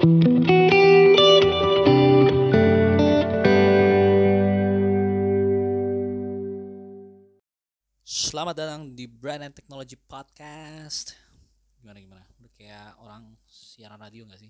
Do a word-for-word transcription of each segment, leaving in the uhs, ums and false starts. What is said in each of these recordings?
Selamat datang di Brand and Technology Podcast. Gimana gimana? Udah kayak orang siaran radio nggak sih?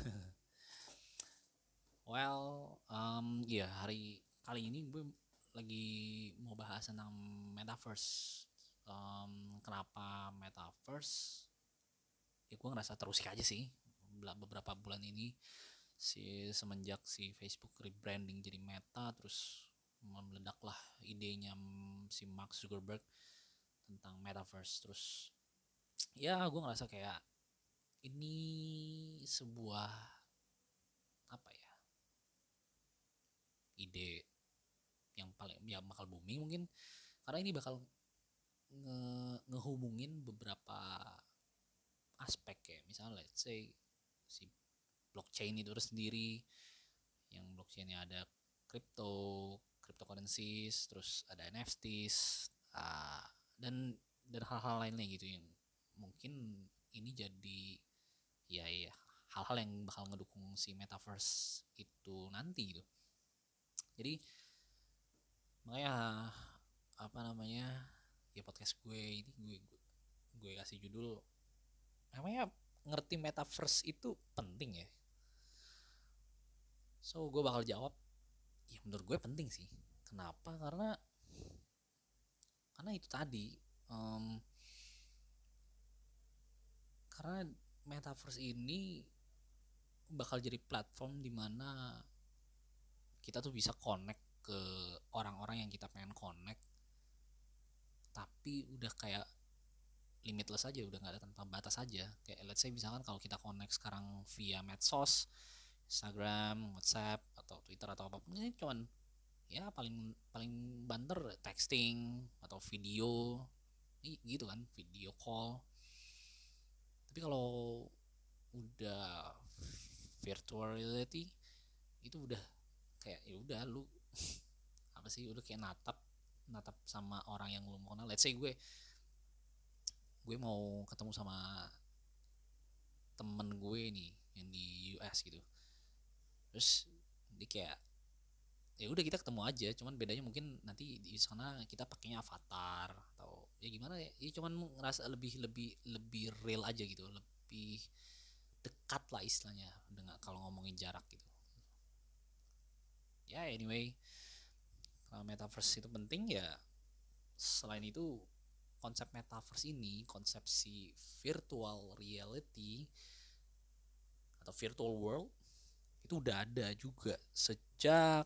well, um, ya hari kali ini gue lagi mau bahas tentang metaverse. Um, kenapa metaverse? Ya gue ngerasa terusik aja sih. Beberapa bulan ini si semenjak si Facebook rebranding jadi Meta, terus meledaklah idenya si Mark Zuckerberg tentang metaverse. Terus ya gue ngerasa kayak ini sebuah apa ya, ide yang paling ya bakal booming mungkin, karena ini bakal nge ngehubungin beberapa aspek ya. Misalnya let's say si blockchain itu sendiri, yang blockchainnya ada crypto cryptocurrencies, terus ada N F Ts, uh, dan dan hal-hal lainnya gitu, yang mungkin ini jadi ya ya hal-hal yang bakal ngedukung si metaverse itu nanti gitu. Jadi makanya apa namanya ya podcast gue ini gue gue, gue kasih judul namanya ngerti metaverse itu penting ya. So gue bakal jawab ya menurut gue penting sih. Kenapa? Karena karena itu tadi um, karena metaverse ini bakal jadi platform dimana kita tuh bisa connect ke orang-orang yang kita pengen connect, tapi udah kayak limitless aja, udah nggak ada tanpa batas aja. Kayak let's say misalkan kalau kita connect sekarang via medsos, Instagram, WhatsApp atau Twitter atau apapun, ini cuman ya paling paling banter texting atau video gitu kan, video call. Tapi kalau udah virtual reality itu udah kayak ya udah lu apa sih, udah kayak natap natap sama orang yang lu mau kenal. Let's say gue gue mau ketemu sama temen gue nih yang di U S gitu, terus dia kayak ya udah kita ketemu aja, cuman bedanya mungkin nanti di sana kita pakainya avatar atau ya gimana ya, ya cuman ngerasa lebih lebih lebih real aja gitu, lebih dekat lah istilahnya dengan kalau ngomongin jarak gitu. Ya anyway, kalau metaverse itu penting ya. Selain itu, konsep metaverse ini, konsep si virtual reality atau virtual world itu udah ada juga sejak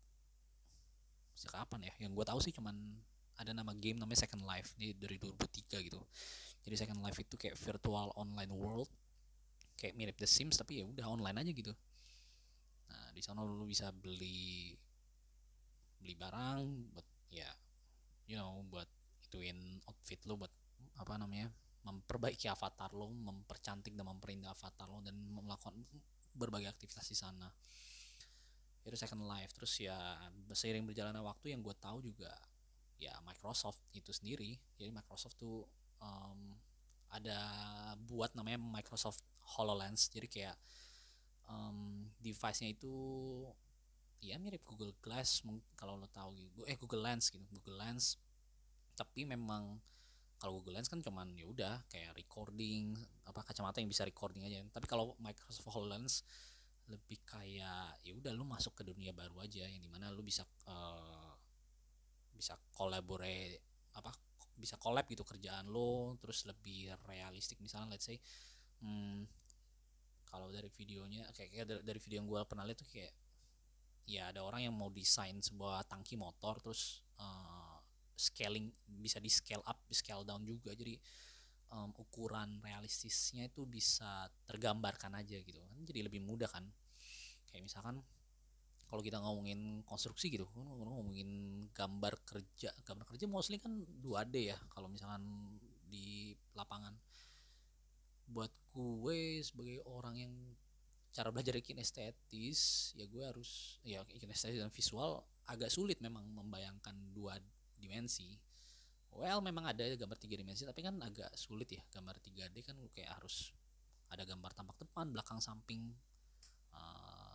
sejak kapan ya? Yang gue tahu sih cuman ada nama game namanya Second Life, ini dari dua ribu tiga gitu. Jadi Second Life itu kayak virtual online world, kayak mirip The Sims tapi ya udah online aja gitu. Nah di sana lu bisa beli beli barang buat ya you know buat ituin outfit lo, buat apa namanya memperbaiki avatar lo, mempercantik dan memperindah avatar lo, dan melakukan berbagai aktivitas di sana. Itu Second Life. Terus ya seiring berjalannya waktu yang gue tahu juga ya Microsoft itu sendiri. Jadi Microsoft tuh um, ada buat namanya Microsoft HoloLens. Jadi kayak um, device-nya itu ya mirip Google Glass kalau lo tahu gitu. Eh Google Lens gitu, Google Lens. Tapi memang kalau Google Lens kan cuman ya udah kayak recording, apa kacamata yang bisa recording aja. Tapi kalau Microsoft HoloLens lebih kayak ya udah lu masuk ke dunia baru aja, yang dimana lu bisa uh, bisa collaborate, apa bisa collab gitu kerjaan lo, terus lebih realistik. Misalnya let's say hmm, kalau dari videonya kayak, kayak dari video yang gue pernah lihat tuh kayak ya ada orang yang mau desain sebuah tangki motor, terus uh, scaling bisa di scale up, di scale down juga. Jadi um, ukuran realistisnya itu bisa tergambarkan aja gitu kan, jadi lebih mudah kan. Kayak misalkan kalau kita ngomongin konstruksi gitu, ngomongin gambar kerja, gambar kerja mostly kan dua D ya kalau misalkan di lapangan. Buat gue sebagai orang yang cara belajar kinestetis, ya gue harus ya kinestetis dan visual agak sulit memang membayangkan dua dimensi. Well memang ada gambar tiga dimensi, tapi kan agak sulit ya. Gambar tiga D kan kayak harus ada gambar tampak depan, belakang, samping,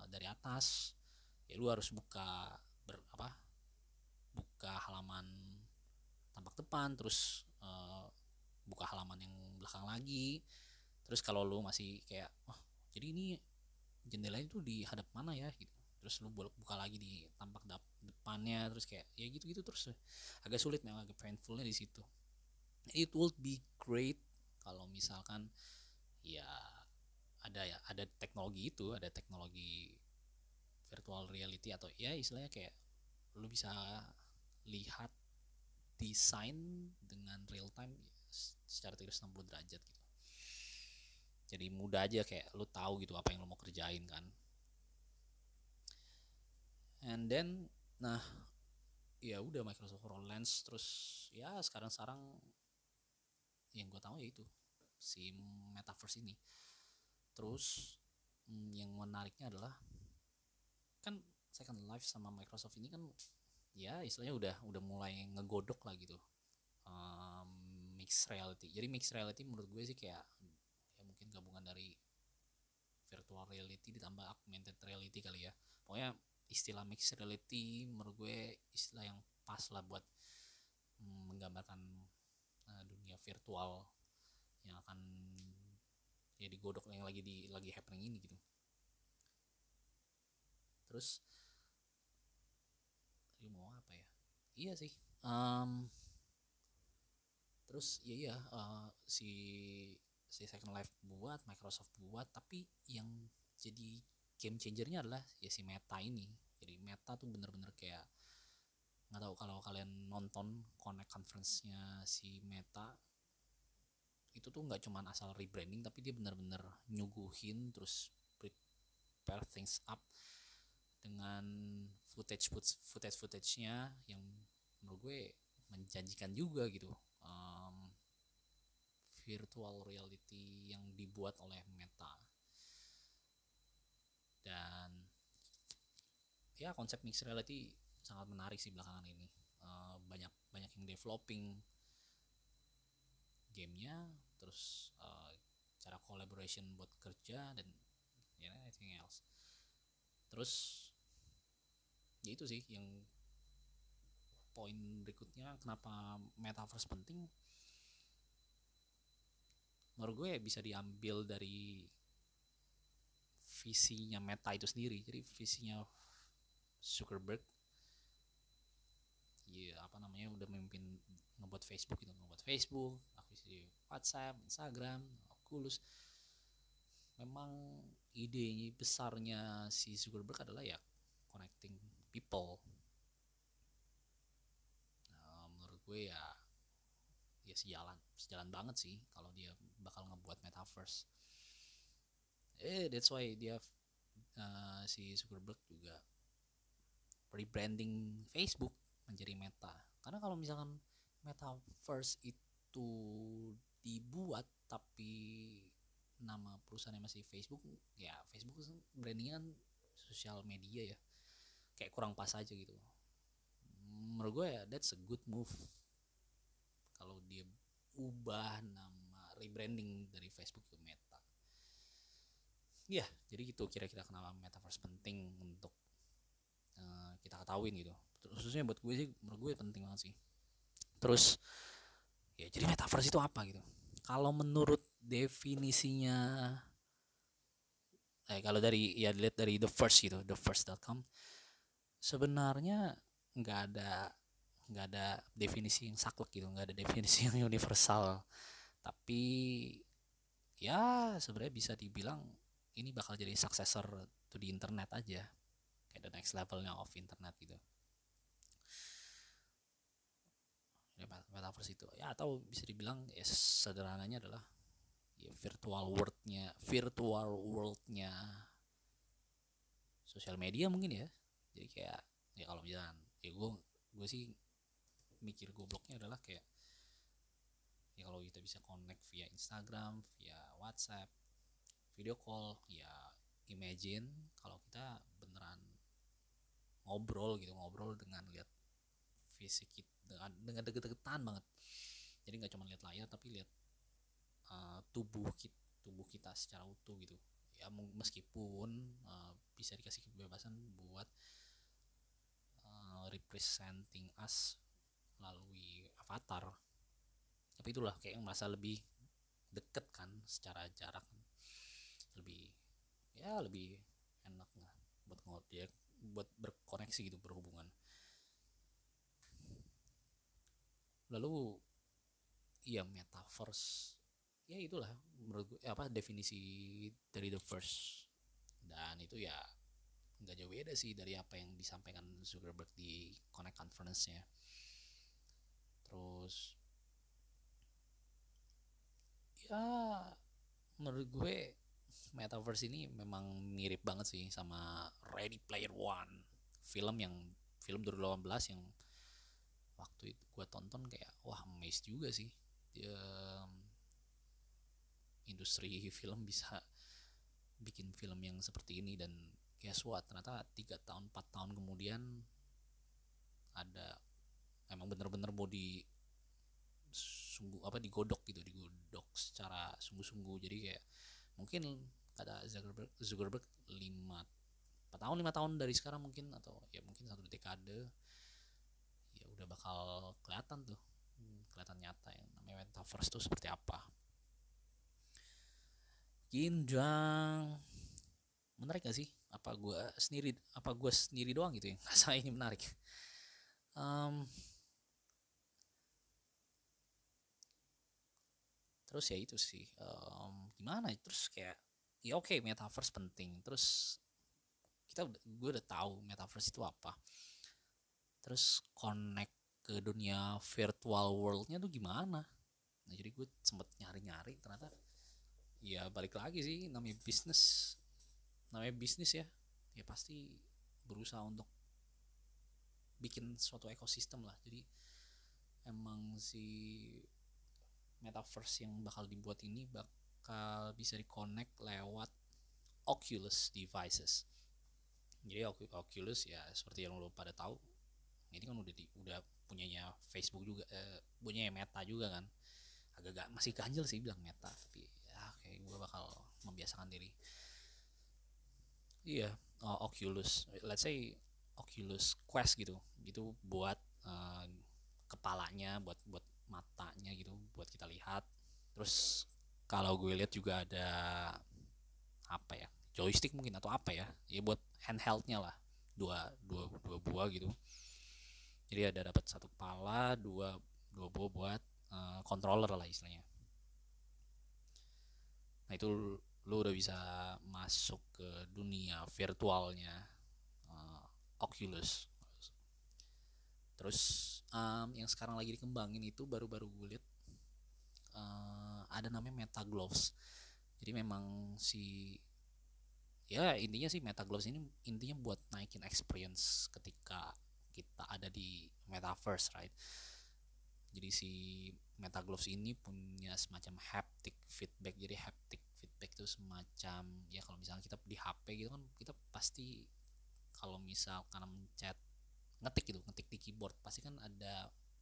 dari atas, ya lu harus buka ber, apa buka halaman tampak depan, terus uh, buka halaman yang belakang lagi. Terus kalau lu masih kayak wah jadi ini jendelanya tuh di hadap mana ya gitu, terus lu buka lagi di tampak depannya, terus kayak ya gitu-gitu terus agak sulit, memang agak painfulnya di situ. It would be great kalau misalkan ya ada ya ada teknologi itu, ada teknologi virtual reality atau ya istilahnya kayak lu bisa lihat desain dengan real time secara tiga ratus enam puluh derajat gitu. Jadi mudah aja kayak lu tahu gitu apa yang lu mau kerjain kan. And then nah ya udah Microsoft HoloLens, terus ya sekarang-sekarang yang gue tahu ya itu si metaverse ini. Terus yang menariknya adalah kan Second Life sama Microsoft ini kan ya istilahnya udah udah mulai ngegodok lah gitu, um, mixed reality. Jadi mixed reality menurut gue sih kayak ya mungkin gabungan dari virtual reality ditambah augmented reality kali ya. Pokoknya istilah mixed reality menurut gue istilah yang pas lah buat mm, menggambarkan uh, dunia virtual yang akan ya digodok, yang lagi di lagi happening ini gitu. Terus tadi mau apa ya? Iya sih. Um, terus ya iya uh, si si Second Life buat, Microsoft buat, tapi yang jadi game changernya adalah ya si Meta ini. Jadi Meta tuh bener-bener kayak, nggak tahu kalau kalian nonton Connect conference-nya si Meta, itu tuh nggak cuman asal rebranding, tapi dia bener-bener nyuguhin terus prepare things up dengan footage footage footage-nya yang menurut gue menjanjikan juga gitu. Um, virtual reality yang dibuat oleh Meta, dan ya konsep mixed reality sangat menarik sih belakangan ini. Uh, banyak banyak yang developing gamenya, terus uh, cara collaboration buat kerja dan ya anything else. Terus ya itu sih yang poin berikutnya, kenapa metaverse penting. Menurut gue bisa diambil dari visinya Meta itu sendiri. Jadi visinya Zuckerberg, ya apa namanya, udah memimpin ngebuat Facebook gitu, ngebuat Facebook, akuisisi WhatsApp, Instagram, Oculus. Memang ide besarnya si Zuckerberg adalah ya connecting people. Nah, menurut gue ya ya sejalan sejalan banget sih kalau dia bakal ngebuat metaverse. Eh that's why dia uh, si Zuckerberg juga rebranding Facebook menjadi Meta. Karena kalau misalkan metaverse itu dibuat tapi nama perusahaannya masih Facebook, ya Facebook brandingnya kan sosial media ya, kayak kurang pas aja gitu. Menurut gue ya that's a good move kalau dia ubah nama, rebranding dari Facebook ke Meta. Ya jadi gitu kira-kira kenapa metaverse penting untuk uh, kita ketahuin gitu, khususnya buat gue sih. Menurut gue penting banget sih. Terus ya jadi metaverse itu apa gitu? Kalau menurut definisinya, eh kalau dari ya dilihat dari the first gitu, the first dot com, sebenarnya nggak ada nggak ada definisi yang saklek gitu, nggak ada definisi yang universal. Tapi ya sebenarnya bisa dibilang ini bakal jadi successor to di internet aja, kayak the next levelnya of internet gitu. Metaverse itu ya, atau bisa dibilang ya sederhananya adalah ya virtual worldnya virtual worldnya sosial media mungkin ya. Jadi kayak ya kalau misalkan ya gue gue sih mikir gobloknya adalah kayak ya kalau kita bisa connect via Instagram, via WhatsApp, video call, ya imagine kalau kita beneran ngobrol gitu, ngobrol dengan lihat fisik kita dengan, dengan deket-deketan banget. Jadi nggak cuma lihat layar tapi lihat uh, tubuh kita tubuh kita secara utuh gitu ya. Meskipun uh, bisa dikasih kebebasan buat uh, representing us melalui avatar. Tapi itulah kayak merasa lebih deket kan secara jarak, lebih ya lebih enak lah buat ngojek, buat berkoneksi gitu, berhubungan. Lalu iya metaverse, ya itulah menurut gue apa definisi dari the first, dan itu ya nggak jauh beda sih dari apa yang disampaikan Zuckerberg di Connect Conference-nya. Terus ya menurut gue metaverse ini memang mirip banget sih sama Ready Player One, film yang film dua ribu delapan belas yang waktu itu gue tonton kayak wah amazed juga sih. Dia, industri film bisa bikin film yang seperti ini, dan guess what, ternyata tiga tahun empat tahun kemudian ada emang bener-bener mau di sungguh apa digodok gitu, digodok secara sungguh-sungguh. Jadi kayak mungkin kata Zuckerberg Zuckerberg lima empat tahun lima tahun dari sekarang mungkin, atau ya mungkin satu dekade ya udah bakal kelihatan tuh, hmm, kelihatan nyata yang namanya metaverse tuh seperti apa. Ginjang menarik gak sih? Apa gue sendiri apa gue sendiri doang gitu yang rasa ini menarik? Um, terus ya itu sih um, gimana? Terus kayak ya oke okay, metaverse penting. Terus kita udah, gue udah tahu metaverse itu apa. Terus connect ke dunia virtual world-nya tuh gimana? Nah jadi gue sempet nyari-nyari, ternyata ya balik lagi sih namanya bisnis, namanya bisnis ya, ya pasti berusaha untuk bikin suatu ekosistem lah. Jadi emang si metaverse yang bakal dibuat ini bakal bisa di-connect lewat Oculus devices. Jadi Oculus ya seperti yang lo pada tahu, ini kan udah di, udah punyanya Facebook juga, eh, punyanya Meta juga kan. Agak-agak masih ganjel sih bilang Meta, tapi ya kayak gue bakal membiasakan diri. Iya, uh, Oculus, let's say Oculus Quest gitu, gitu buat uh, kepalanya, buat buat matanya gitu, buat kita lihat. Terus kalau gue lihat juga ada apa ya, joystick mungkin atau apa ya, ya buat handheldnya lah, dua dua dua buah gitu. Jadi ada dapat satu kepala, dua dua buah buat uh, controller lah istilahnya. Nah itu lu udah bisa masuk ke dunia virtualnya uh, Oculus. Terus um, yang sekarang lagi dikembangin itu baru-baru gue lihat uh, ada namanya Meta Gloves. Jadi memang si ya intinya sih Meta Gloves ini intinya buat naikin experience ketika kita ada di metaverse, right? Jadi si Meta Gloves ini punya semacam haptic feedback. Jadi haptic feedback itu semacam ya kalau misalnya kita di H P gitu kan, kita pasti kalau misalkan mencet ngetik gitu, ngetik di keyboard pasti kan ada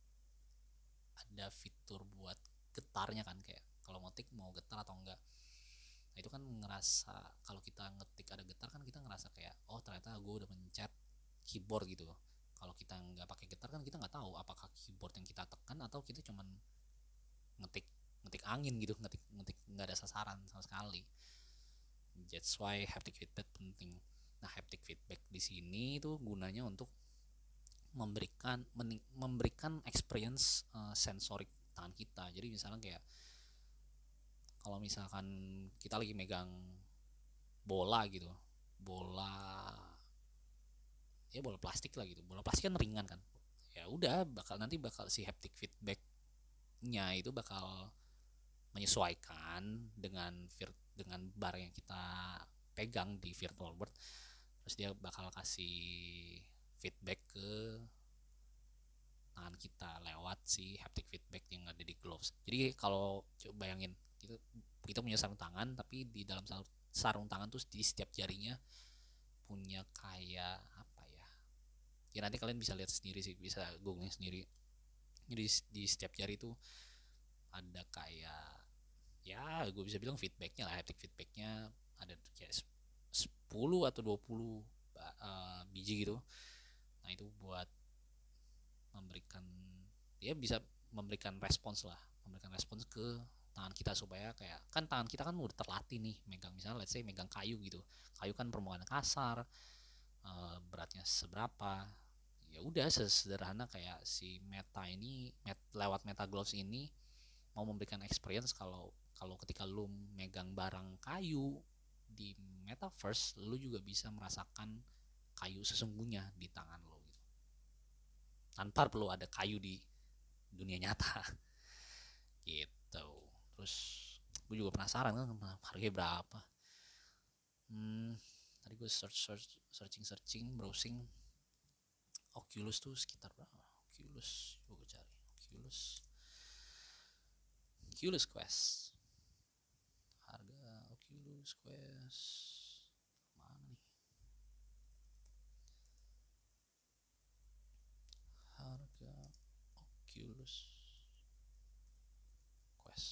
ada fitur buat getarnya kan, kayak kalau ngetik mau getar atau enggak. Nah itu kan ngerasa kalau kita ngetik ada getar kan kita ngerasa kayak oh ternyata gue udah mencet keyboard gitu. Kalau kita nggak pakai getar kan kita nggak tahu apakah keyboard yang kita tekan atau kita cuman ngetik ngetik angin gitu, ngetik ngetik nggak ada sasaran sama sekali. That's why haptic feedback penting. Nah haptic feedback di sini tuh gunanya untuk memberikan memberikan experience uh, sensorik tangan kita. Jadi misalnya kayak kalau misalkan kita lagi megang bola gitu, bola ya bola plastik lah gitu, bola plastik kan ringan kan, ya udah bakal nanti bakal si haptic feedbacknya itu bakal menyesuaikan dengan vir- dengan bar yang kita pegang di virtual world. Terus dia bakal kasih feedback ke tangan kita lewat si haptic feedback yang ada di gloves. Jadi kalau coba bayangin kita kita punya sarung tangan, tapi di dalam sarung tangan tuh di setiap jarinya punya kayak apa ya? Ya nanti kalian bisa lihat sendiri sih, bisa googling sendiri. Jadi di setiap jari tuh ada kayak ya gue bisa bilang feedbacknya lah, haptic feedbacknya ada kayak sepuluh atau dua puluh uh, biji gitu. Nah itu buat memberikan, dia bisa memberikan respons lah, memberikan respons ke tangan kita, supaya kayak kan tangan kita kan udah terlatih nih megang, misalnya let's say megang kayu gitu, kayu kan permukaan kasar, uh, beratnya seberapa, ya udah sesederhana kayak si Meta ini, met, lewat Meta Gloves ini mau memberikan experience kalau kalau ketika lu megang barang kayu di metaverse, lu juga bisa merasakan kayu sesungguhnya di tangan lo gitu, tanpa perlu ada kayu di dunia nyata gitu. Terus gue juga penasaran kan harganya berapa. Hmm, tadi gue search search searching searching browsing Oculus tuh sekitar berapa? Oculus, coba gue cari Oculus Oculus Quest, harga Oculus Quest mana nih, harga Oculus Quest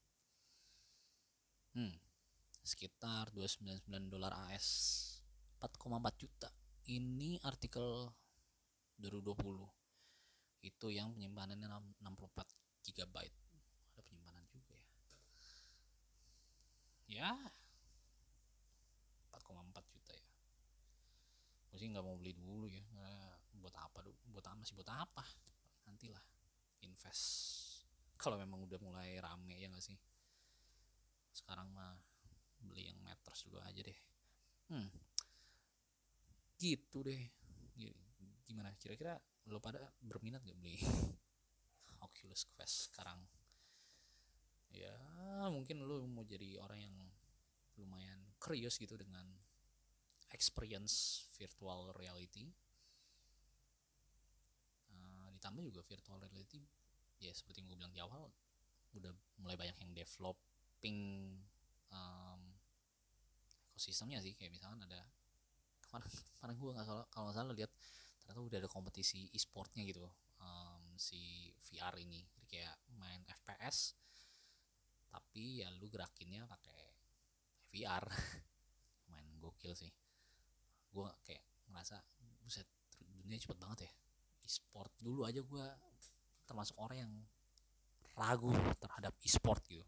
hmm sekitar dua ratus sembilan puluh sembilan dolar A S, empat koma empat juta. Ini artikel dua ribu dua puluh, itu yang penyimpanannya enam puluh empat gigabyte. Ada penyimpanan juga ya, ya empat koma empat juta ya. Gue sih nggak mau beli dulu ya, nah, buat apa dulu, buat apa sih, buat apa nantilah invest kalau memang udah mulai rame, ya nggak sih. Sekarang mah beli yang meters dulu aja deh. Hmm, gitu deh. Gimana kira-kira lo pada berminat gak beli Oculus Quest sekarang? Ya mungkin lo mau jadi orang yang lumayan curious gitu dengan experience virtual reality. Uh, ditambah juga virtual reality, ya seperti yang gue bilang di awal, udah mulai banyak yang developing um, ekosistemnya sih. Kayak misalkan ada kemarin kemarin gue nggak salah, kalau nggak salah lihat ternyata udah ada kompetisi e-sportnya gitu, um, si V R ini. Jadi kayak main F P S tapi ya lu gerakinnya pakai V R main gokil sih. Gue kayak ngerasa buset, dunia cepet banget ya e-sport. Dulu aja gue termasuk orang yang ragu terhadap e-sport gitu,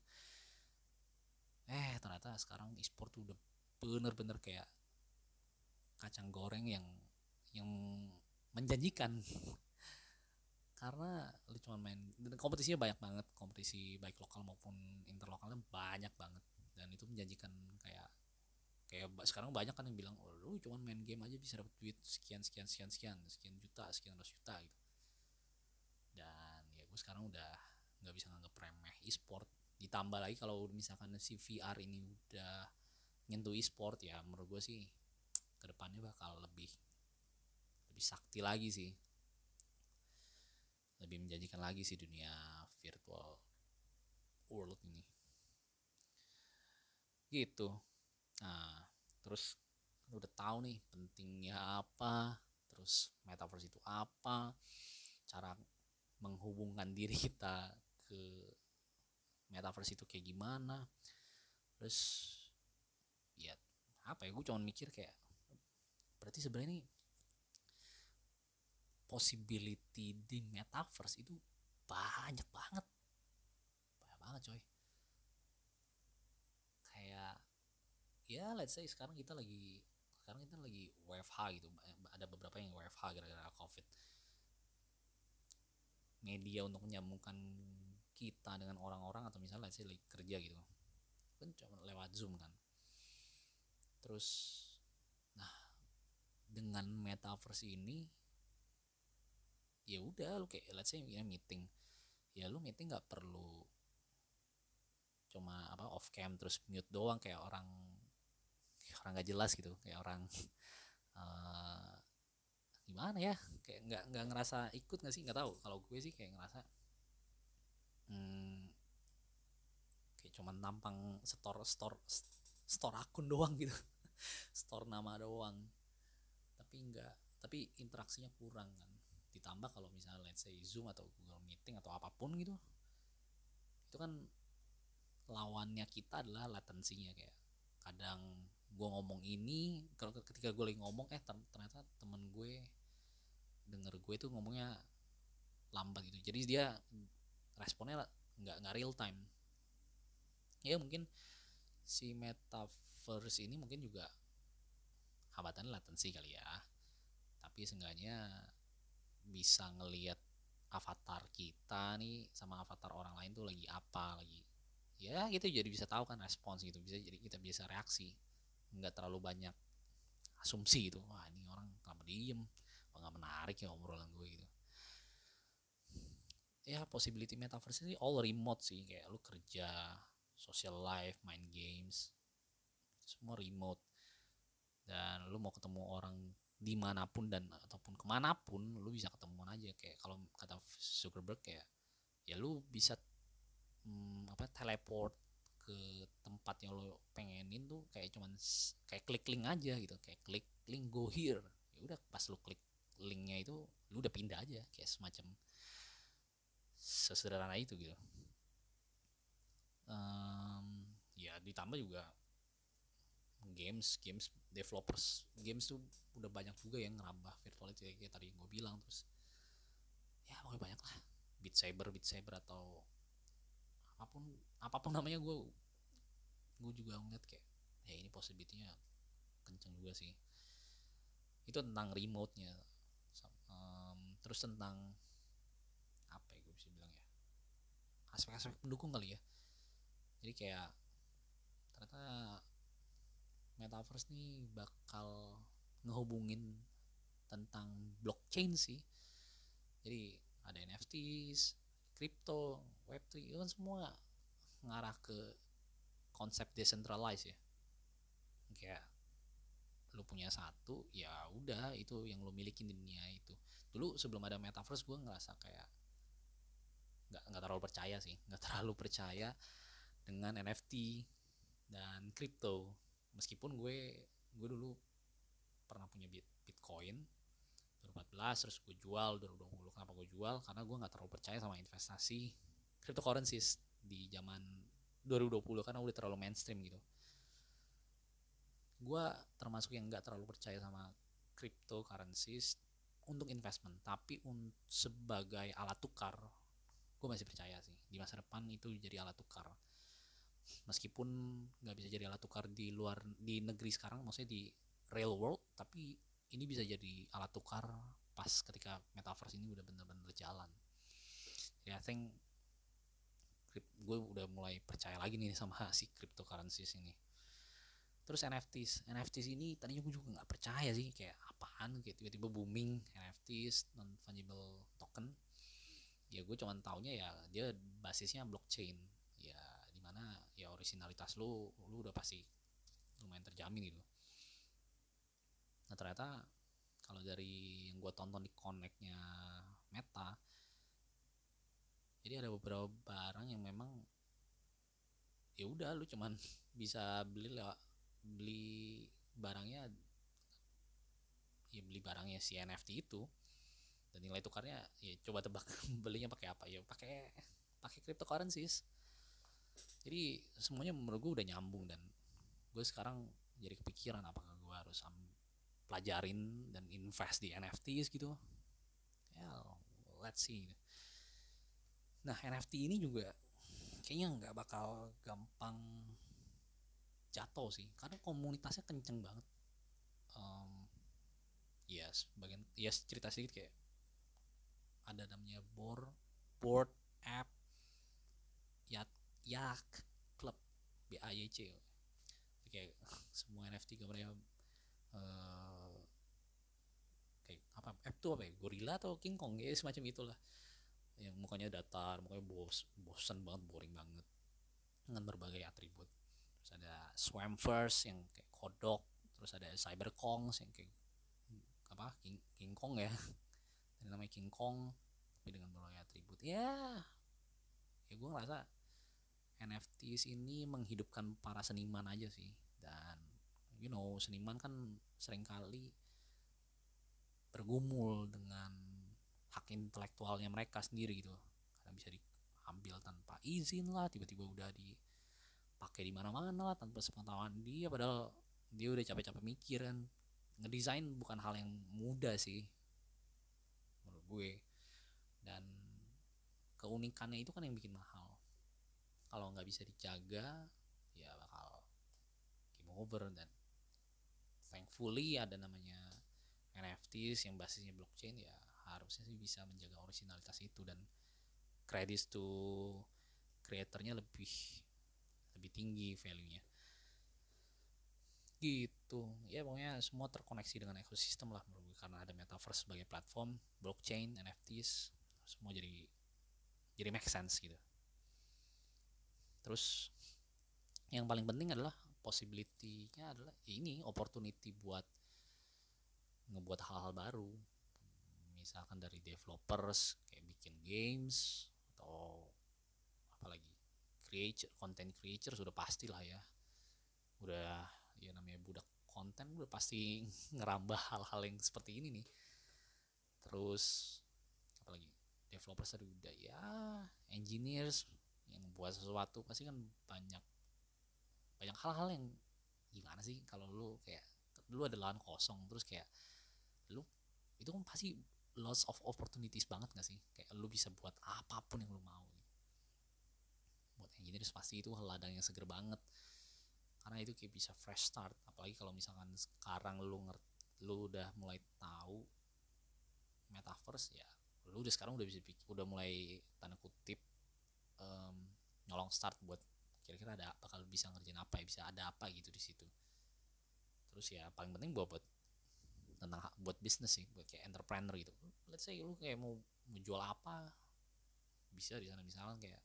eh ternyata sekarang e-sport tuh udah bener-bener kayak kacang goreng yang yang menjanjikan karena lu cuma main, dan kompetisinya banyak banget, kompetisi baik lokal maupun interlokalnya banyak banget, dan itu menjanjikan. Kayak kayak sekarang banyak kan yang bilang, oh lu cuma main game aja bisa dapet duit sekian sekian sekian sekian sekian juta, sekian ratus juta gitu. Dan ya gue sekarang udah nggak bisa nganggep remeh e-sport. Ditambah lagi kalau misalkan si V R ini udah nyentuh e-sport, ya menurut gue sih kedepannya bakal lebih lebih sakti lagi sih, lebih menjanjikan lagi sih dunia virtual world ini gitu. Nah terus udah tahu nih pentingnya apa, terus metaverse itu apa, cara menghubungkan diri kita ke metaverse itu kayak gimana. Terus ya apa ya, gue cuma mikir kayak berarti sebenarnya nih possibility di metaverse itu banyak banget, banyak banget coy. Kayak ya let's say sekarang kita lagi sekarang kita lagi W F H gitu, ada beberapa yang W F H gara-gara COVID. Media untuk menyambungkan kita dengan orang-orang, atau misalnya let's say lagi kerja gitu kan cuma lewat Zoom kan. Terus nah dengan metaverse ini ya udah lu kayak let's say ya meeting, ya lu meeting nggak perlu cuma apa off cam terus mute doang kayak orang kayak orang nggak jelas gitu, kayak orang uh, gimana ya, kayak nggak nggak ngerasa ikut nggak sih, nggak tahu. Kalau gue sih kayak ngerasa hmm, kayak cuma tampang store store store akun doang gitu store nama doang, tapi nggak, tapi interaksinya kurang kan. Ditambah kalau misalnya let's say Zoom atau Google Meeting atau apapun gitu, itu kan lawannya kita adalah latensinya. Kayak kadang gue ngomong ini, kalau ketika gue lagi ngomong eh ternyata temen gue denger gue tuh ngomongnya lambat gitu, jadi dia responnya nggak nggak real time. Ya mungkin si metaverse ini mungkin juga hambatan latensi kali ya, tapi seenggaknya bisa ngelihat avatar kita nih sama avatar orang lain tuh lagi apa, lagi ya gitu, jadi bisa tahu kan respons gitu, bisa jadi kita bisa reaksi, nggak terlalu banyak asumsi gitu, wah ini orang kenapa diem, wah nggak menarik ya obrolan gue gitu. Ya possibility metaverse ini all remote sih, kayak lu kerja, social life, main games, semua remote, dan lu mau ketemu orang dimanapun dan ataupun kemanapun lu bisa ketemuan aja. Kayak kalau kata Zuckerberg kayak ya lu bisa hmm, apa teleport ke tempat yang lo pengenin tuh kayak cuman kayak klik link aja gitu, kayak klik link go here, ya udah pas lu klik linknya itu lu udah pindah aja, kayak semacam sesederhana itu gitu. Um, ya ditambah juga games games developers games tuh udah banyak juga yang ngerambah virtuality kayak tadi yang gue bilang. Terus ya pokoknya banyak lah, Beat Saber Beat Saber atau apapun apapun namanya, gue gue juga ngeliat kayak ya ini possibility-nya kenceng juga sih. Itu tentang remote-nya. Um, terus tentang apa ya gue bisa bilang ya, aspek-aspek pendukung kali ya. Jadi kayak ternyata metaverse nih bakal ngehubungin tentang blockchain sih. Jadi ada N F Ts, crypto, web tiga, itu kan semua ngarah ke konsep decentralized ya. Kayak lu punya satu, ya udah itu yang lu milikin di dunia itu. Dulu sebelum ada metaverse gue ngerasa kayak nggak nggak terlalu percaya sih, nggak terlalu percaya dengan N F T dan crypto. Meskipun gue gue dulu pernah punya Bitcoin dua ribu empat belas, terus gue jual dua ribu dua puluh. Kenapa gue jual? Karena gue nggak terlalu percaya sama investasi cryptocurrencies di zaman dua ribu dua puluh karena udah terlalu mainstream gitu. Gue termasuk yang nggak terlalu percaya sama cryptocurrencies untuk investment, tapi un- sebagai alat tukar gue masih percaya sih di masa depan itu jadi alat tukar. Meskipun nggak bisa jadi alat tukar di luar, di negeri sekarang, maksudnya di real world, tapi ini bisa jadi alat tukar pas ketika metaverse ini udah bener-bener jalan. Ya, I think gue udah mulai percaya lagi nih sama si cryptocurrencies ini. Terus N F Ts, N F Ts ini tadinya gue juga nggak percaya sih, kayak apaan, kayak tiba-tiba booming N F Ts, non fungible token. Ya gue cuman taunya ya dia basisnya blockchain, ya dimana ya originalitas lu lu udah pasti lumayan terjamin gitu. Nah ternyata kalau dari yang gue tonton di connect-nya Meta, jadi ada beberapa barang yang memang ya udah lu cuman bisa beli lewat beli barangnya, ya beli barangnya si N F T itu, dan nilai tukarnya ya coba tebak belinya pakai apa, ya pakai pakai cryptocurrencies. Jadi semuanya menurut gue udah nyambung, dan gue sekarang jadi kepikiran apakah gue harus pelajarin dan invest di N F Ts gitu ya. Let's see. Nah N F T ini juga kayaknya nggak bakal gampang jatuh sih, karena komunitasnya kenceng banget. um, ya sebagian ya cerita sedikit, kayak ada namanya board board app Yak Yak Club, B A Y C. Kayak semua N F T gambarnya uh, kayak apa app tuh apa ya, gorila atau King Kong ya, semacam itulah, yang mukanya datar, mukanya bos bosan banget, boring banget, dengan berbagai atribut. Terus ada Swampverse yang kayak kodok, terus ada Cyberkongs yang kayak apa King, King Kong ya, dan namanya King Kong tapi dengan berbagai atribut. Ya ya gue ngerasa N F Ts ini menghidupkan para seniman aja sih. Dan you know seniman kan seringkali bergumul dengan hak intelektualnya mereka sendiri gitu, karena bisa diambil tanpa izin lah, tiba-tiba udah dipakai di mana-mana lah tanpa sepengetahuan dia, padahal dia udah capek-capek mikir kan. Ngedesain bukan hal yang mudah sih menurut gue, dan keunikannya itu kan yang bikin mahal. Kalau nggak bisa dijaga ya bakal game over. Dan thankfully ada namanya N F Ts yang basisnya blockchain, ya harusnya sih bisa menjaga originalitas itu, dan credits to creatornya lebih lebih tinggi value-nya gitu ya. Pokoknya semua terkoneksi dengan ekosistem lah menurut gue, karena ada metaverse sebagai platform, blockchain, N F Ts, semua jadi jadi make sense gitu. Terus yang paling penting adalah possibility-nya adalah ini opportunity buat ngebuat hal-hal baru, misalkan dari developers kayak bikin games atau apalagi creator, content creator sudah pasti lah ya, udah ya namanya budak konten udah pasti ngerambah hal-hal yang seperti ini nih. Terus apalagi developers tadi udah ya, engineers yang buat sesuatu pasti kan banyak banyak hal-hal yang gimana sih, kalau lu kayak lu ada lahan kosong terus kayak lu itu kan pasti lots of opportunities banget gak sih, kayak lu bisa buat apapun yang lu mau. Buat engineers pasti itu ladang yang seger banget, karena itu kayak bisa fresh start. Apalagi kalau misalkan sekarang lu ngerti, lu udah mulai tahu metaverse, ya lu udah sekarang udah bisa udah mulai tanda kutip um, nyolong start buat kira-kira ada bakal bisa ngerjain apa ya, bisa ada apa gitu di situ. Terus ya paling penting buat buat tentang buat bisnis sih, buat kayak entrepreneur gitu. Let's say lu kayak mau menjual apa, bisa di sana. Misalnya kayak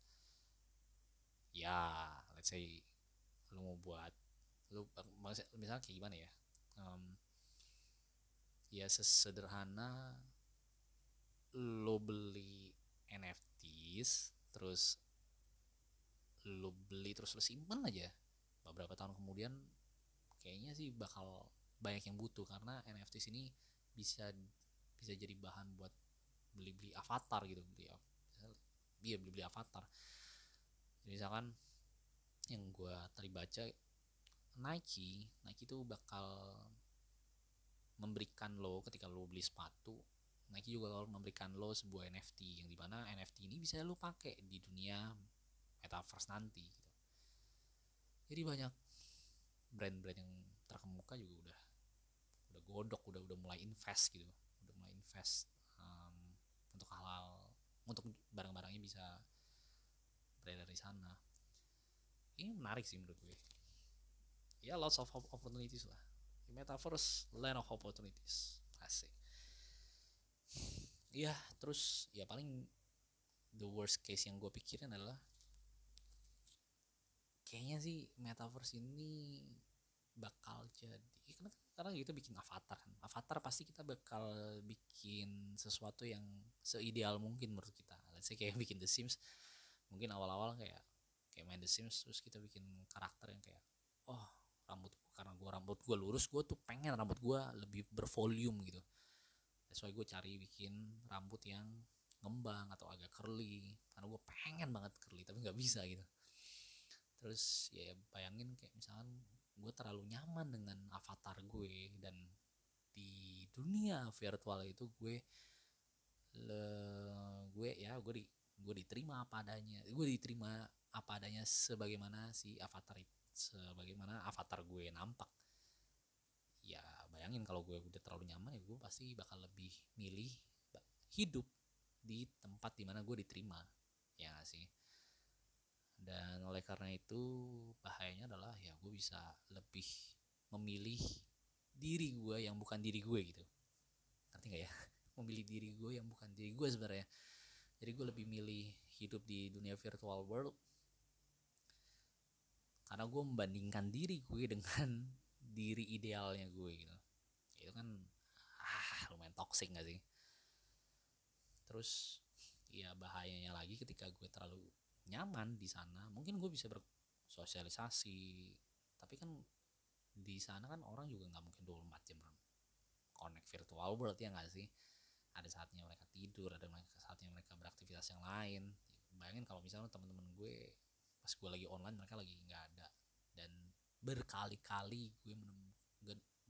ya let's say lu mau buat lu misalnya kayak gimana ya, um, ya sesederhana lo beli N F Ts terus lo beli terus lo simpen aja, beberapa tahun kemudian kayaknya sih bakal banyak yang butuh, karena N F Ts ini bisa bisa jadi bahan buat beli-beli avatar gitu, beli dia beli-beli avatar. Jadi misalkan yang gue tadi baca, Nike Nike itu bakal memberikan lo ketika lo beli sepatu, Nike juga kalau memberikan lo sebuah N F T yang dimana N F T ini bisa lo pakai di dunia metaverse nanti gitu. Jadi banyak brand-brand yang terkemuka juga udah udah godok, udah udah mulai invest gitu, udah mulai invest um, untuk hal-hal, untuk barang-barangnya bisa beredar di sana. Ini menarik sih menurut gue. Ya lots of opportunities lah. Metaverse land of opportunities. Asik. Iya, terus ya paling the worst case yang gue pikirin adalah kayaknya sih metaverse ini bakal jadi karena karena kita bikin avatar kan, avatar pasti kita bakal bikin sesuatu yang seideal mungkin menurut kita. Let's say kayak bikin The Sims, mungkin awal-awal kayak kayak main The Sims terus kita bikin karakter yang kayak oh rambut karena gue rambut gue lurus, gue tuh pengen rambut gue lebih bervolume gitu. That's why gue cari bikin rambut yang ngembang atau agak curly, karena gue pengen banget curly tapi nggak bisa gitu. Terus ya bayangin kayak misalkan gue terlalu nyaman dengan avatar gue, dan di dunia virtual itu gue le, gue ya gue di gue diterima apa adanya, gue diterima apa adanya sebagaimana si avatar itu, sebagaimana avatar gue nampak. Ya bayangin kalau gue udah terlalu nyaman, ya gue pasti bakal lebih milih hidup di tempat dimana gue diterima, ya gak sih. Dan oleh karena itu bahayanya adalah ya gue bisa lebih memilih diri gue yang bukan diri gue gitu, ngerti gak ya? Memilih diri gue yang bukan diri gue sebenarnya. Jadi gue lebih milih hidup di dunia virtual world karena gue membandingkan diri gue dengan diri idealnya gue gitu. Itu kan ah lumayan toxic gak sih? Terus ya bahayanya lagi ketika gue terlalu nyaman di sana, mungkin gue bisa bersosialisasi, tapi kan di sana kan orang juga nggak mungkin dua puluh empat jam connect virtual world, ya nggak sih. Ada saatnya mereka tidur, ada saatnya mereka beraktivitas yang lain. Bayangin kalau misalnya teman-teman gue pas gue lagi online mereka lagi nggak ada, dan berkali-kali gue menemukan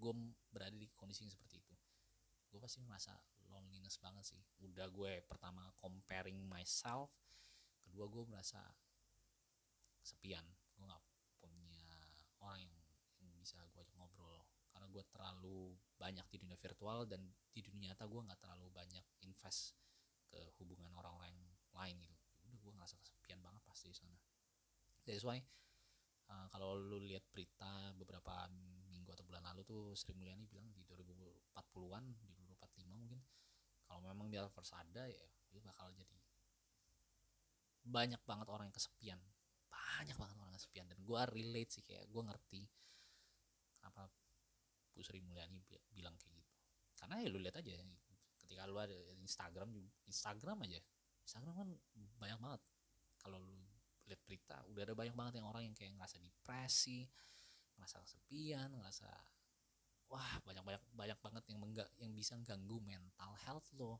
gue berada di kondisi yang seperti itu, gue pasti merasa loneliness banget sih. Udah gue pertama comparing myself, kedua gue merasa kesepian, gue nggak punya orang yang, yang bisa gue ajak ngobrol karena gue terlalu banyak di dunia virtual, dan di dunia nyata gue nggak terlalu banyak invest ke hubungan orang-orang lain gitu. Udah gue ngerasa kesepian banget pasti di sana. That's why uh, kalau lu lihat berita beberapa minggu atau bulan lalu tuh Sri Mulyani bilang di dua ribu empat puluhan, di dua ribu empat puluh lima mungkin, kalau memang di Metaverse ada ya dia bakal jadi banyak banget orang yang kesepian, banyak banget orang yang kesepian. Dan gue relate sih, kayak gue ngerti kenapa Bu Sri Mulyani bilang kayak gitu. Karena ya lu lihat aja ketika lu ada Instagram, Instagram aja Instagram kan banyak banget, kalau lu lihat berita udah ada banyak banget yang orang yang kayak ngerasa depresi, ngerasa kesepian, ngerasa wah banyak banyak banyak banget yang mengga, yang bisa ganggu mental health lo.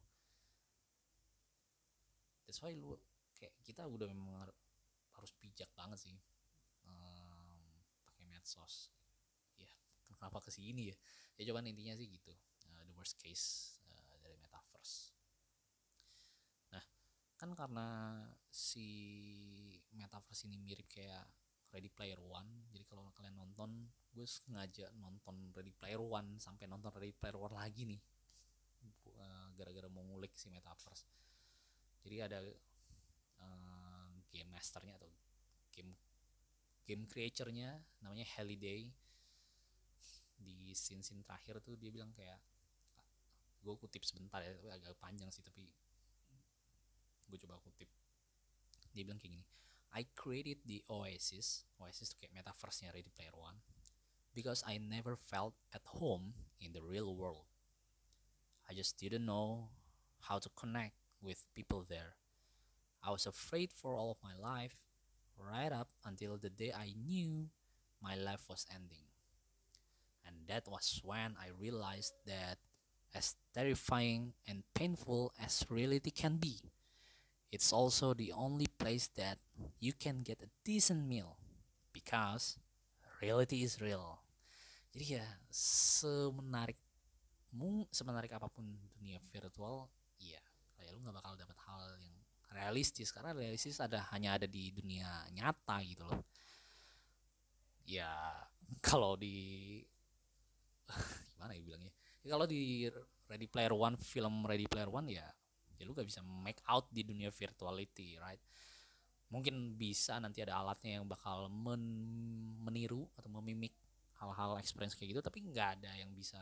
That's why lu kayak kita udah memang harus bijak banget sih um, pakai medsos ya. Kenapa kesini ya ya coba intinya sih gitu, uh, the worst case uh, dari metaverse. Nah kan karena si metaverse ini mirip kayak Ready Player One, jadi kalau kalian nonton, gue sengaja nonton Ready Player One sampai nonton Ready Player One lagi nih, uh, gara-gara mau ngulik si metaverse. Jadi ada uh, game masternya atau game game creatornya namanya Halliday. Di scene-scene terakhir tuh dia bilang kayak, gue kutip sebentar ya, tapi agak panjang sih, tapi gue coba kutip. Dia bilang kayak gini, I created the Oasis, Oasis tuh kayak metaverse-nya Ready Player One, because I never felt at home in the real world. I just didn't know how to connect with people there. I was afraid for all of my life, right up until the day I knew my life was ending. And that was when I realized that as terrifying and painful as reality can be, it's also the only place that you can get a decent meal, because reality is real. Jadi ya semenarik semenarik apapun dunia virtual, iya, kayak lu nggak bakal dapat hal yang realistis, karena realistis ada hanya ada di dunia nyata gitu loh. Ya kalau di gimana ya bilangnya, ya, kalau di Ready Player One, film Ready Player One ya ya lu gak bisa make out di dunia virtuality, right? Mungkin bisa nanti ada alatnya yang bakal men- meniru atau memimik hal-hal experience kayak gitu, tapi nggak ada yang bisa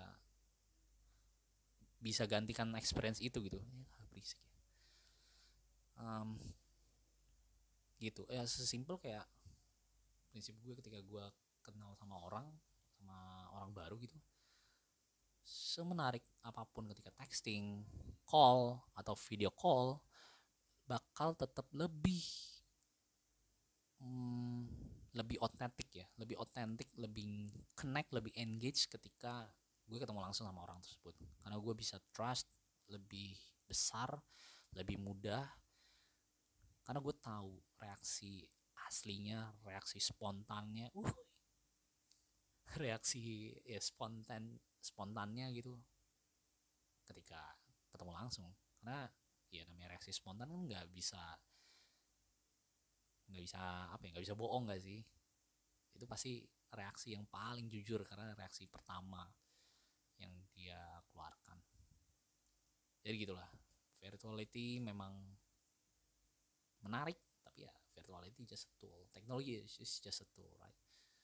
bisa gantikan experience itu gitu ya, berisik ya. Um, gitu ya, sesimpel kayak prinsip gue ketika gue kenal sama orang sama orang baru gitu, semenarik apapun ketika texting, call, atau video call, bakal tetap lebih hmm, lebih otentik ya, lebih otentik, lebih connect, lebih engage ketika gue ketemu langsung sama orang tersebut, karena gue bisa trust lebih besar, lebih mudah, karena gue tahu reaksi aslinya, reaksi spontannya, uh, reaksi ya spontan spontannya gitu ketika ketemu langsung. Karena ya namanya reaksi spontan kan nggak bisa nggak bisa apa ya nggak bisa bohong nggak sih, itu pasti reaksi yang paling jujur karena reaksi pertama yang dia keluarkan. Jadi gitulah, virtuality memang menarik, tapi ya virtuality just a tool, technology is just a tool, right?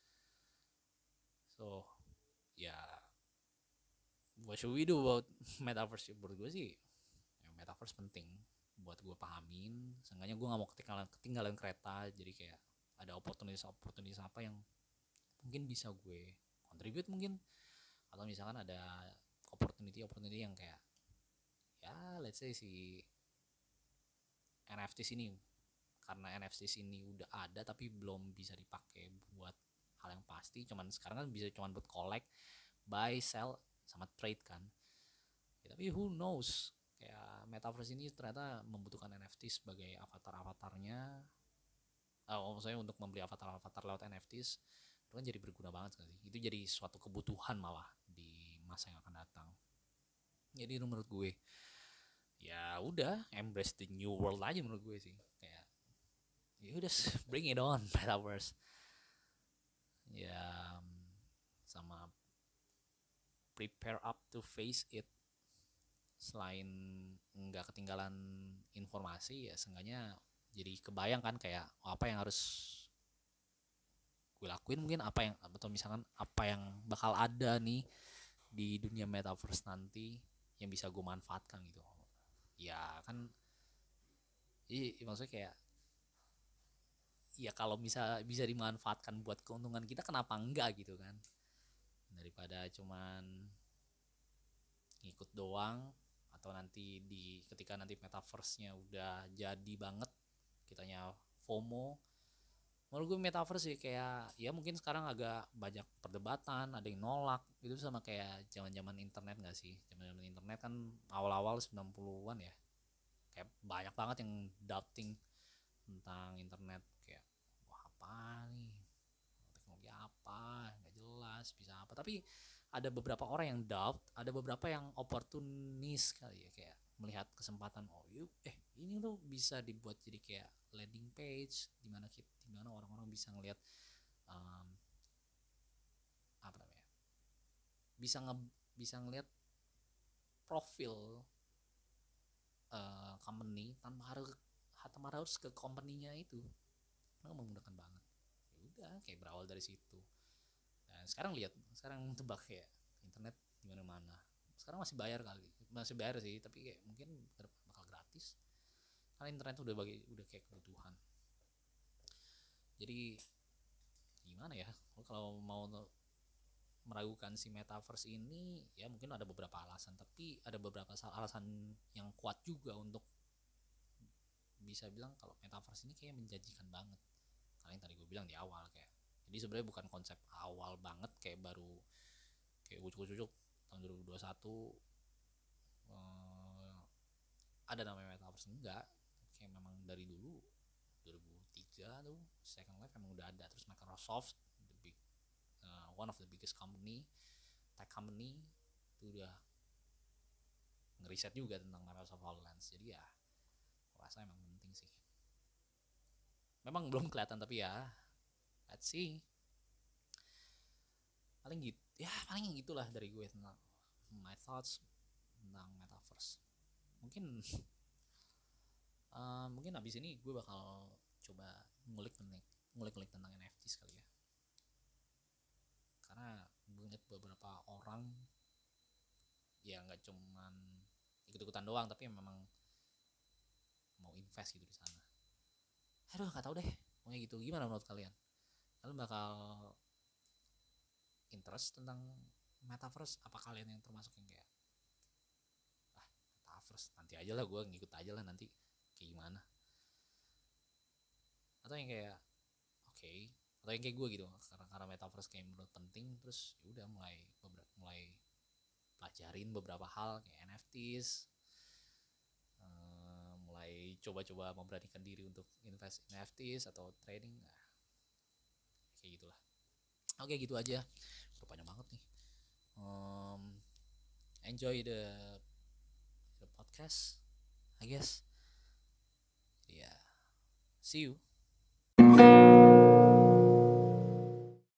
So ya yeah, what should we do about metaverse? Menurut gue sih ya, metaverse penting buat gue pahamin, seenggaknya gue nggak mau ketinggalan ketinggalan kereta. Jadi kayak ada opportunity opportunity apa yang mungkin bisa gue contribute mungkin, atau misalkan ada opportunity opportunity yang kayak ya let's say si N F T ini, karena N F T ini udah ada tapi belum bisa dipakai buat hal yang pasti, cuman sekarang kan bisa cuman buat collect, buy, sell, sama trade kan ya, tapi who knows, kayak metaverse ini ternyata membutuhkan N F T sebagai avatar-avatarnya. Oh, maksudnya untuk membeli avatar-avatar lewat N F Ts itu kan jadi berguna banget kan sih, itu jadi suatu kebutuhan malah di masa yang akan datang. Jadi menurut gue ya udah embrace the new world aja menurut gue sih, kayak ya udah bring it on metaverse ya, sama prepare up to face it. Selain nggak ketinggalan informasi ya seenggaknya jadi kebayang kan kayak oh, apa yang harus gue lakuin, mungkin apa yang atau misalkan apa yang bakal ada nih di dunia metaverse nanti yang bisa gue manfaatkan gitu ya kan. Iya maksudnya kayak ya kalau bisa bisa dimanfaatkan buat keuntungan kita kenapa enggak gitu kan, daripada cuman ngikut doang. Atau nanti di ketika nanti metaverse-nya udah jadi banget kitanya FOMO. Menurut gue metaverse sih kayak ya mungkin sekarang agak banyak perdebatan, ada yang nolak itu sama kayak zaman-zaman internet gak sih? Zaman-zaman internet kan awal-awal sembilan puluhan ya, kayak banyak banget yang doubting tentang internet, kayak wah apa nih, teknologi apa nggak jelas bisa apa. Tapi ada beberapa orang yang doubt, ada beberapa yang oportunis kali ya, kayak melihat kesempatan oh yuk eh ini tuh bisa dibuat jadi kayak landing page di mana kita di mana orang-orang bisa ngelihat um, apa namanya bisa nge bisa ngelihat profil uh, company tanpa harus tanpa harus ke company-nya itu. Nah, memudahkan banget. Ya udah kayak berawal dari situ. Dan sekarang lihat, sekarang tebak ya internet di mana-mana. Sekarang masih bayar kali, masih bayar sih, tapi kayak mungkin bakal gratis. Karena internet udah bagi udah kayak kebutuhan. Jadi gimana ya? Kalau mau meragukan si metaverse ini, ya mungkin ada beberapa alasan, tapi ada beberapa alasan yang kuat juga untuk bisa bilang kalau metaverse ini kayak menjanjikan banget. Karena yang tadi gue bilang di awal kayak, jadi sebenarnya bukan konsep awal banget kayak baru kayak ujuk-ujuk tahun dua ribu dua puluh satu eh, ada namanya metaverse, enggak, kayak memang dari dulu dua ribu tiga tuh Second Life emang udah ada. Terus Microsoft the big uh, one of the biggest company tech company itu udah ngeriset juga tentang Microsoft HoloLens. Jadi ya aku rasa emang penting sih, memang belum kelihatan tapi ya let's see. Paling gitu ya, paling gitulah dari gue tentang my thoughts tentang metaverse. Mungkin uh, mungkin abis ini gue bakal coba ngulik ngulik-ngulik tentang N F T sekali ya, karena gue ngeliat beberapa orang ya nggak cuman ikut-ikutan doang tapi memang mau invest gitu di sana. Aduh nggak tahu deh pokoknya gitu. Gimana menurut kalian? Kalian bakal interest tentang metaverse? Apa kalian yang termasuk yang kayak ah metaverse nanti aja lah, gue ngikut aja lah nanti kayak gimana? Atau yang kayak oke okay, atau yang kayak gue gitu, karena karena metaverse kayak menurut penting, terus ya udah mulai beberapa, mulai pelajarin beberapa hal kayak N F Ts, uh, mulai coba-coba memberanikan diri untuk invest N F Ts atau trading, nah, kayak gitulah. Oke gitu aja, udah panjang banget nih. um, enjoy the the podcast I guess. Yeah, see you.